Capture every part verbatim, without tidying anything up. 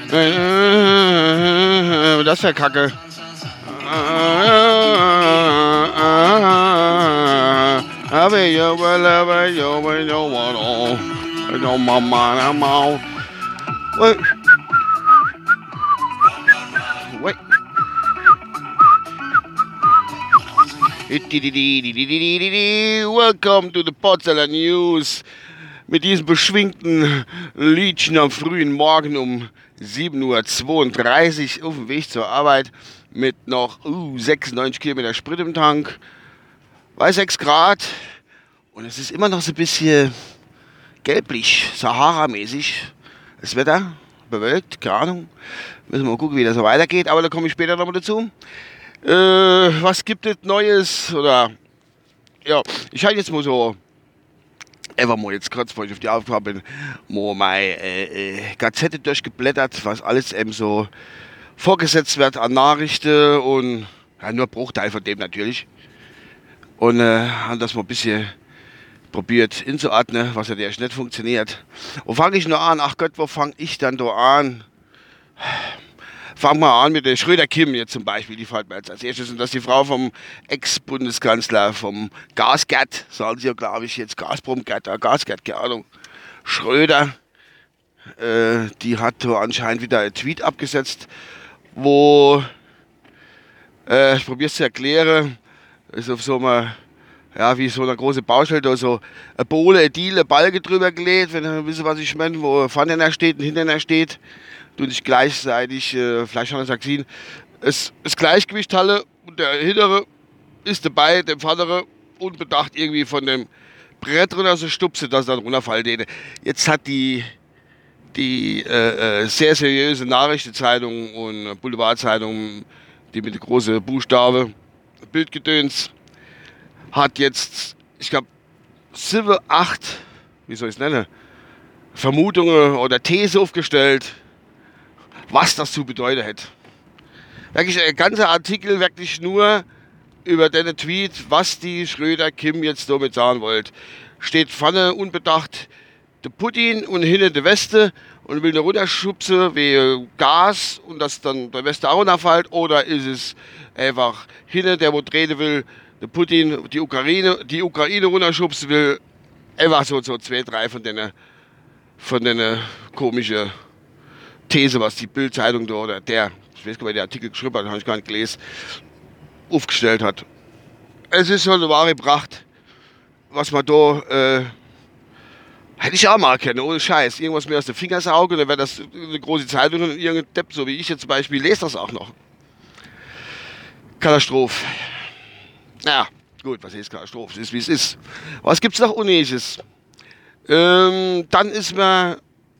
Äh, das wäre Kacke. Wait. Wait. Welcome to the Potsdamer News. Mit diesem beschwingten Liedchen am frühen Morgen um sieben Uhr zweiunddreißig auf dem Weg zur Arbeit mit noch uh, sechsundneunzig Kilometer Sprit im Tank, bei sechs Grad und es ist immer noch so ein bisschen gelblich, Sahara-mäßig. Das Wetter bewölkt, keine Ahnung. Müssen wir mal gucken, wie das so weitergeht, aber da komme ich später nochmal dazu. Äh, was gibt es Neues? Oder ja, ich habe jetzt mal so einfach mal jetzt kurz, bevor ich auf die Aufgabe bin, mal meine äh, äh, Gazette durchgeblättert, was alles eben so vorgesetzt wird an Nachrichten und ja, nur Bruchteil von dem natürlich. Und äh, haben das mal ein bisschen probiert inzuordnen, was ja erst nicht funktioniert. Und fange ich nur an, ach Gott, wo fange ich dann da an? Fangen wir an mit der Schröder-Kim jetzt zum Beispiel, die fällt mir jetzt als erstes. Und das ist die Frau vom Ex-Bundeskanzler, vom Gasgett, sagen sie ja, glaube ich, jetzt Gazprom-Gett, äh, Gasgett, keine Ahnung. Schröder, äh, die hat da anscheinend wieder einen Tweet abgesetzt, wo, äh, ich probiere es zu erklären, ist auf so einem, ja, wie so eine große Baustelle, da so eine Bohle, eine Diele, ein Balken drüber gelegt, wenn ihr wisst, was ich meine, wo vorne steht und hinten steht. Und ich gleichzeitig, äh, vielleicht haben wir es gesehen, es, das Gleichgewicht halte und der hintere ist dabei, dem vordere unbedacht irgendwie von dem Brett runter so stupse, dass er dann runterfällt. Jetzt hat die, die äh, äh, sehr seriöse Nachrichtenzeitung und Boulevardzeitung, die mit großen Buchstaben, Bildgedöns, hat jetzt, ich glaube, sieben, acht, wie soll ich es nennen, Vermutungen oder These aufgestellt, was das zu bedeuten hätte. Wirklich ein ganzer Artikel wirklich nur über den Tweet, was die Schröder-Kim jetzt damit sagen wollte. Steht vorne unbedacht der Putin und hinten der Weste und will eine runterschubsen wie Gas und dass dann der Weste auch runterfällt, oder ist es einfach hinten der, wo drehen will, der Putin die Ukraine, die Ukraine runterschubsen will, einfach so, so zwei, drei von den von den komischen These, was die Bild-Zeitung da oder der, ich weiß gar nicht, wer der Artikel geschrieben hat, habe ich gar nicht gelesen, aufgestellt hat. Es ist schon eine wahre Pracht, was man da, äh, hätte ich auch mal kennen, ohne Scheiß. Irgendwas mir aus den Fingern saugen, dann wäre das eine große Zeitung und irgendein Depp, so wie ich jetzt zum Beispiel, lese das auch noch. Katastrophe. Naja, gut, was ist Katastrophe? Es ist, wie es ist. Was gibt's noch Unnötiges? Ähm, dann ist mir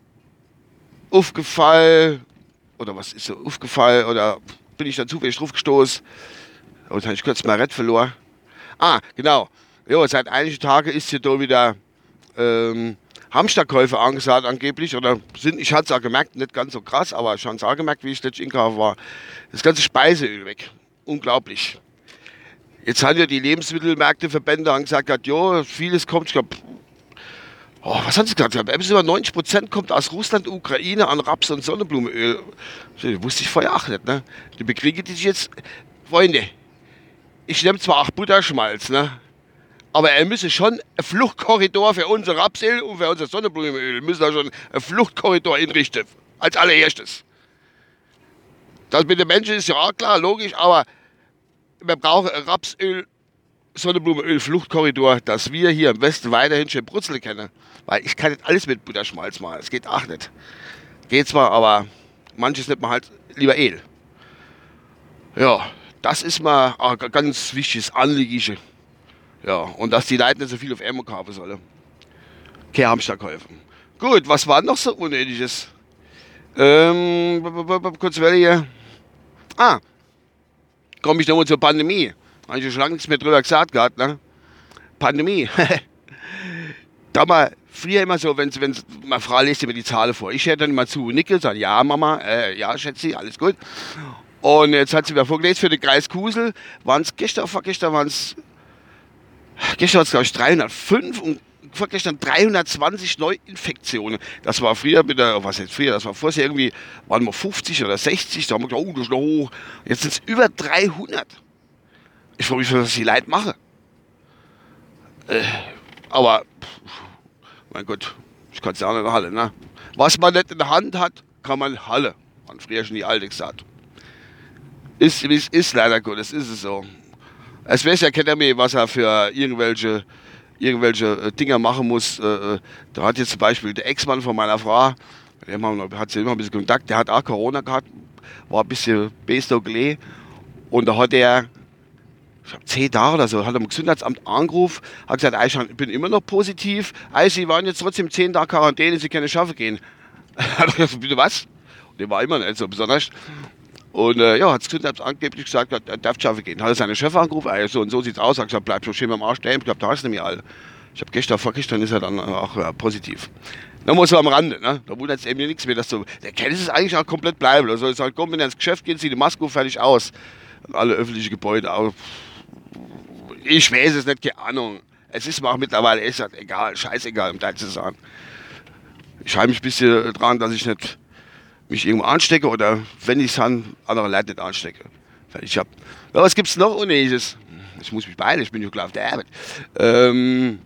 aufgefallen, oder was ist so aufgefallen, oder bin ich dann zufällig drauf gestoßen, und habe ich kurz mal Red verloren. Ah, genau. Jo, seit einigen Tagen ist hier da wieder ähm, Hamsterkäufe angesagt angeblich, oder sind, ich hatte es auch gemerkt, nicht ganz so krass, aber ich habe es auch gemerkt, wie ich letztlich einkaufen war. Das ganze Speiseöl weg. Unglaublich. Jetzt haben ja die Lebensmittelmärkteverbände gesagt, jo, vieles kommt, ich glaube, oh, was haben sie gesagt? Über neunzig Prozent kommt aus Russland, Ukraine an Raps- und Sonnenblumenöl. Das wusste ich vorher auch nicht, ne? Die bekriegen die sich jetzt, Freunde, ich nehme zwar auch Butterschmalz, ne? Aber er müsse schon ein Fluchtkorridor für unser Rapsöl und für unser Sonnenblumenöl, müssen da schon ein Fluchtkorridor einrichten. Als allererstes. Das mit den Menschen ist ja auch klar, logisch, aber wir brauchen ein Rapsöl, Sonnenblumenöl, Fluchtkorridor, dass wir hier im Westen weiterhin schön brutzeln können. Weil ich kann nicht alles mit Butterschmalz machen, das geht auch nicht. Geht zwar, aber manches nimmt man halt lieber Öl. Ja, das ist mal ein ganz wichtiges Anliegen. Ja, und dass die Leute nicht so viel auf Ammo kaufen sollen. Keine Hamsterkäufe. Gut, was war noch so Unnötiges? Ähm, kurz hier. Ah, komme ich nochmal zur Pandemie. Habe ich ja schon lange nichts mehr drüber gesagt gehabt, ne? Pandemie. Da mal früher immer so, wenn meine Frau liest immer die Zahlen vor. Ich hätte dann immer zu nicke, sagen, ja Mama, äh, ja Schätzi, alles gut. Und jetzt hat sie mir vorgelesen, für den Kreis Kusel waren es gestern, vorgestern waren es, gestern war es glaube ich dreihundertfünf und vorgestern dreihundertzwanzig Neuinfektionen. Das war früher mit der, was jetzt früher, das war vorher irgendwie, waren wir fünfzig oder sechzig, da haben wir gedacht, oh, das ist noch hoch. Jetzt sind es über dreihundert. Ich frage mich, was die Leute machen. Äh, aber, pff, mein Gott, ich kann es ja auch nicht in der Halle, ne? Was man nicht in der Hand hat, kann man Halle. Man früher schon die Alte gesagt. Ist, wie es ist, leider Gottes, ist es so. Es weiß ja keiner mehr, was er für irgendwelche, irgendwelche äh, Dinger machen muss. Äh, äh, da hat jetzt zum Beispiel der Ex-Mann von meiner Frau, mit dem haben wir- hat sie immer ein bisschen Kontakt, der hat auch Corona gehabt, war ein bisschen bestogelé. Und da hat er, ich glaube, zehn Tage oder so, hat er im Gesundheitsamt angerufen, hat gesagt, "Ah, ich bin immer noch positiv, ah, Sie waren jetzt trotzdem zehn Tage Quarantäne, Sie können schaffen gehen." Hat er gesagt, bitte was? Und der war immer nicht so besonders. Und äh, ja, hat das Gesundheitsamt angeblich gesagt, er darf schaffen gehen. Hat er seine Chefin angerufen, ah, so und so sieht's aus, hat gesagt, bleib so schön beim Arsch stehen, ich glaube, da hast du nämlich alle. Ich habe gestern, vorgestern ist er dann auch ja, positiv. Da muss er am Rande, ne? Da wundert es eben nichts mehr, dass so, der kann es eigentlich auch komplett bleiben. Da soll es halt kommen, wenn er ins Geschäft geht, zieht die Maske auf, fertig aus. Und alle öffentlichen Gebäude auch. Ich weiß es nicht, keine Ahnung. Es ist mir auch mittlerweile echt egal, scheißegal, um da zu sagen. Ich halte mich ein bisschen dran, dass ich nicht mich irgendwo anstecke oder wenn ich es an andere Leute nicht anstecke. Weil ich hab, ja, was gibt's noch Unnötiges? Ich muss mich beeilen, ich bin ja klar auf der Arbeit. Ähm,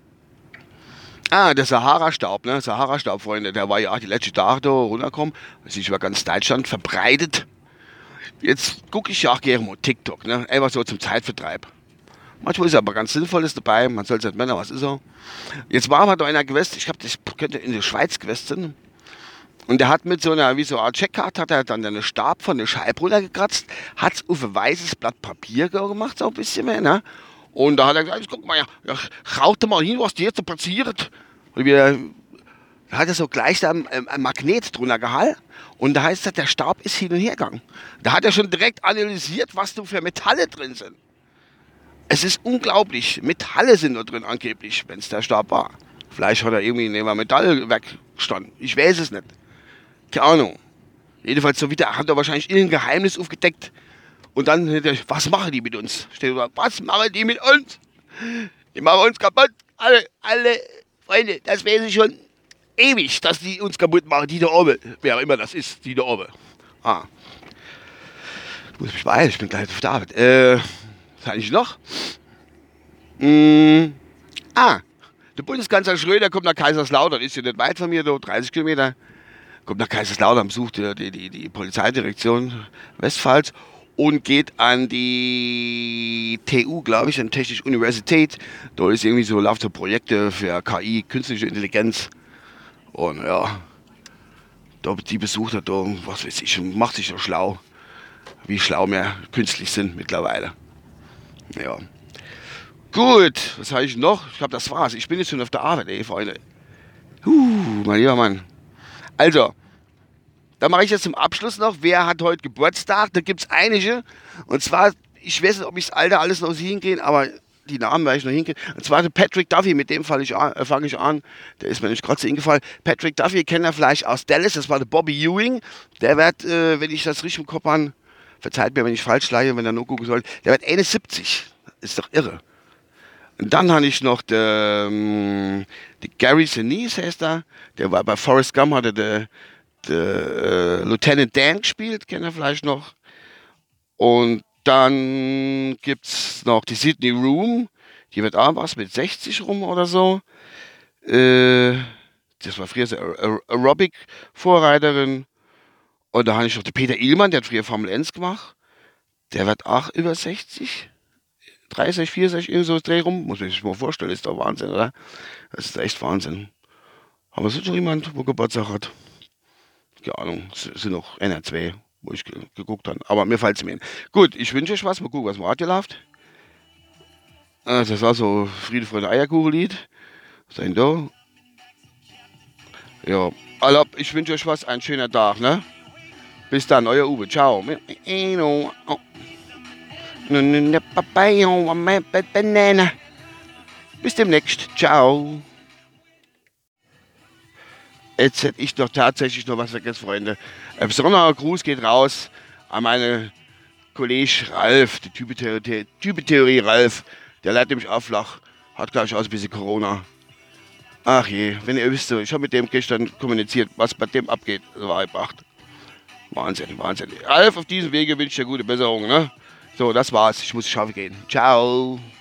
ah, der Sahara-Staub, ne? Sahara-Staub, Freunde, der war ja auch die letzten Tage da runtergekommen, sich über ganz Deutschland verbreitet. Jetzt gucke ich ja auch gerne mal TikTok, ne? Einfach so zum Zeitvertreib. Manchmal ist aber ganz Sinnvolles dabei, man soll es nicht Männer, was ist er? Jetzt war aber da einer gewesen, ich glaube, das könnte in der Schweiz gewesen sein. Und der hat mit so einer, wie so eine Art Checkkarte, hat er dann den Stab von der Scheibe runtergekratzt, hat es auf ein weißes Blatt Papier gemacht, so ein bisschen mehr, ne? Und da hat er gesagt, guck mal, ja, ja raute mal hin, was dir jetzt so passiert. Und wir, da hat er so gleich da ein, ein Magnet drunter gehalten. Und da heißt es, der Stab ist hin und her gegangen. Da hat er schon direkt analysiert, was da für Metalle drin sind. Es ist unglaublich. Metalle sind da drin angeblich, wenn es der Stab war. Vielleicht hat er irgendwie neben einem Metallwerk gestanden. Ich weiß es nicht. Keine Ahnung. Jedenfalls so wieder hat er wahrscheinlich irgendein Geheimnis aufgedeckt. Und dann, hat er, was machen die mit uns? Steht da, was machen die mit uns? Die machen uns kaputt. Alle, alle Freunde, das weiß ich schon ewig, dass die uns kaputt machen. Die da oben. Wer auch immer das ist, die da oben. Ah. Ich muss mich beeilen, ich bin gleich auf der Arbeit. Äh, was habe ich noch? Mm, ah, der Bundeskanzler Schröder kommt nach Kaiserslautern, ist ja nicht weit von mir, da dreißig Kilometer. Kommt nach Kaiserslautern, besucht die, die, die, die Polizeidirektion Westpfalz und geht an die T U, glaube ich, an die Technische Universität. Da ist irgendwie so, laufen so Projekte für K I, künstliche Intelligenz. Und ja, da die besucht er da, was weiß ich, und macht sich so schlau, wie schlau wir künstlich sind mittlerweile. Ja. Gut, was habe ich noch? Ich glaube, das war's. Ich bin jetzt schon auf der Arbeit, ey, Freunde. Huh, mein lieber Mann. Also, da mache ich jetzt zum Abschluss noch, wer hat heute Geburtstag? Da gibt es einige. Und zwar, ich weiß nicht, ob ich das Alter alles noch hinkriege, aber die Namen werde ich noch hinkriegen. Und zwar der Patrick Duffy, mit dem fange ich, äh, fang ich an. Der ist mir nicht gerade so eingefallen. Patrick Duffy kennt er vielleicht aus Dallas, das war der Bobby Ewing. Der wird, äh, wenn ich das richtig im Kopf habe, verzeiht mir, wenn ich falsch leihe, wenn er nur gucken soll, der wird einundsiebzig. Ist doch irre. Und dann habe ich noch der, ähm, die Gary Sinise heißt er, der war bei Forrest Gump, hatte der, der äh, Lieutenant Dan gespielt, kennt ihr vielleicht noch. Und dann gibt es noch die Sydney Room, die wird auch was mit sechzig rum oder so. Äh, das war früher so Aer- Aerobic-Vorreiterin. Und da habe ich noch den Peter Illmann, der hat früher Formel eins gemacht. Der wird auch über sechzig. dreißig, vierzig, irgend so Dreh rum. Muss man sich mal vorstellen, ist doch Wahnsinn, oder? Das ist echt Wahnsinn. Aber es ist noch jemand, wo Geburtstag hat. Keine Ahnung, es sind noch einer, zwei, wo ich ge- geguckt habe. Aber mir fällt es mir hin. Gut, ich wünsche euch was. Mal gucken, was im Radio läuft. Äh, Das war so Friede, Freude, Eierkuchenlied. Was ist denn da? Ja, also, ich wünsche euch was. Ein schöner Tag, ne? Bis dann, euer Uwe. Ciao. Banana. Bis demnächst. Ciao. Jetzt hätte ich doch tatsächlich noch was vergessen, Freunde. Ein besonderer Gruß geht raus an meine Kollege Ralf, die Typentheorie, Typentheorie Ralf. Der leitet mich auf flach. Hat, glaube ich, auch ein bisschen Corona. Ach je, wenn ihr wisst, so, ich habe mit dem gestern kommuniziert, was bei dem abgeht. Das war halb acht. Wahnsinn, Wahnsinn. Alf, auf diesem Wege wünsche ich dir gute Besserung, ne? So, das war's. Ich muss schaffen gehen. Ciao.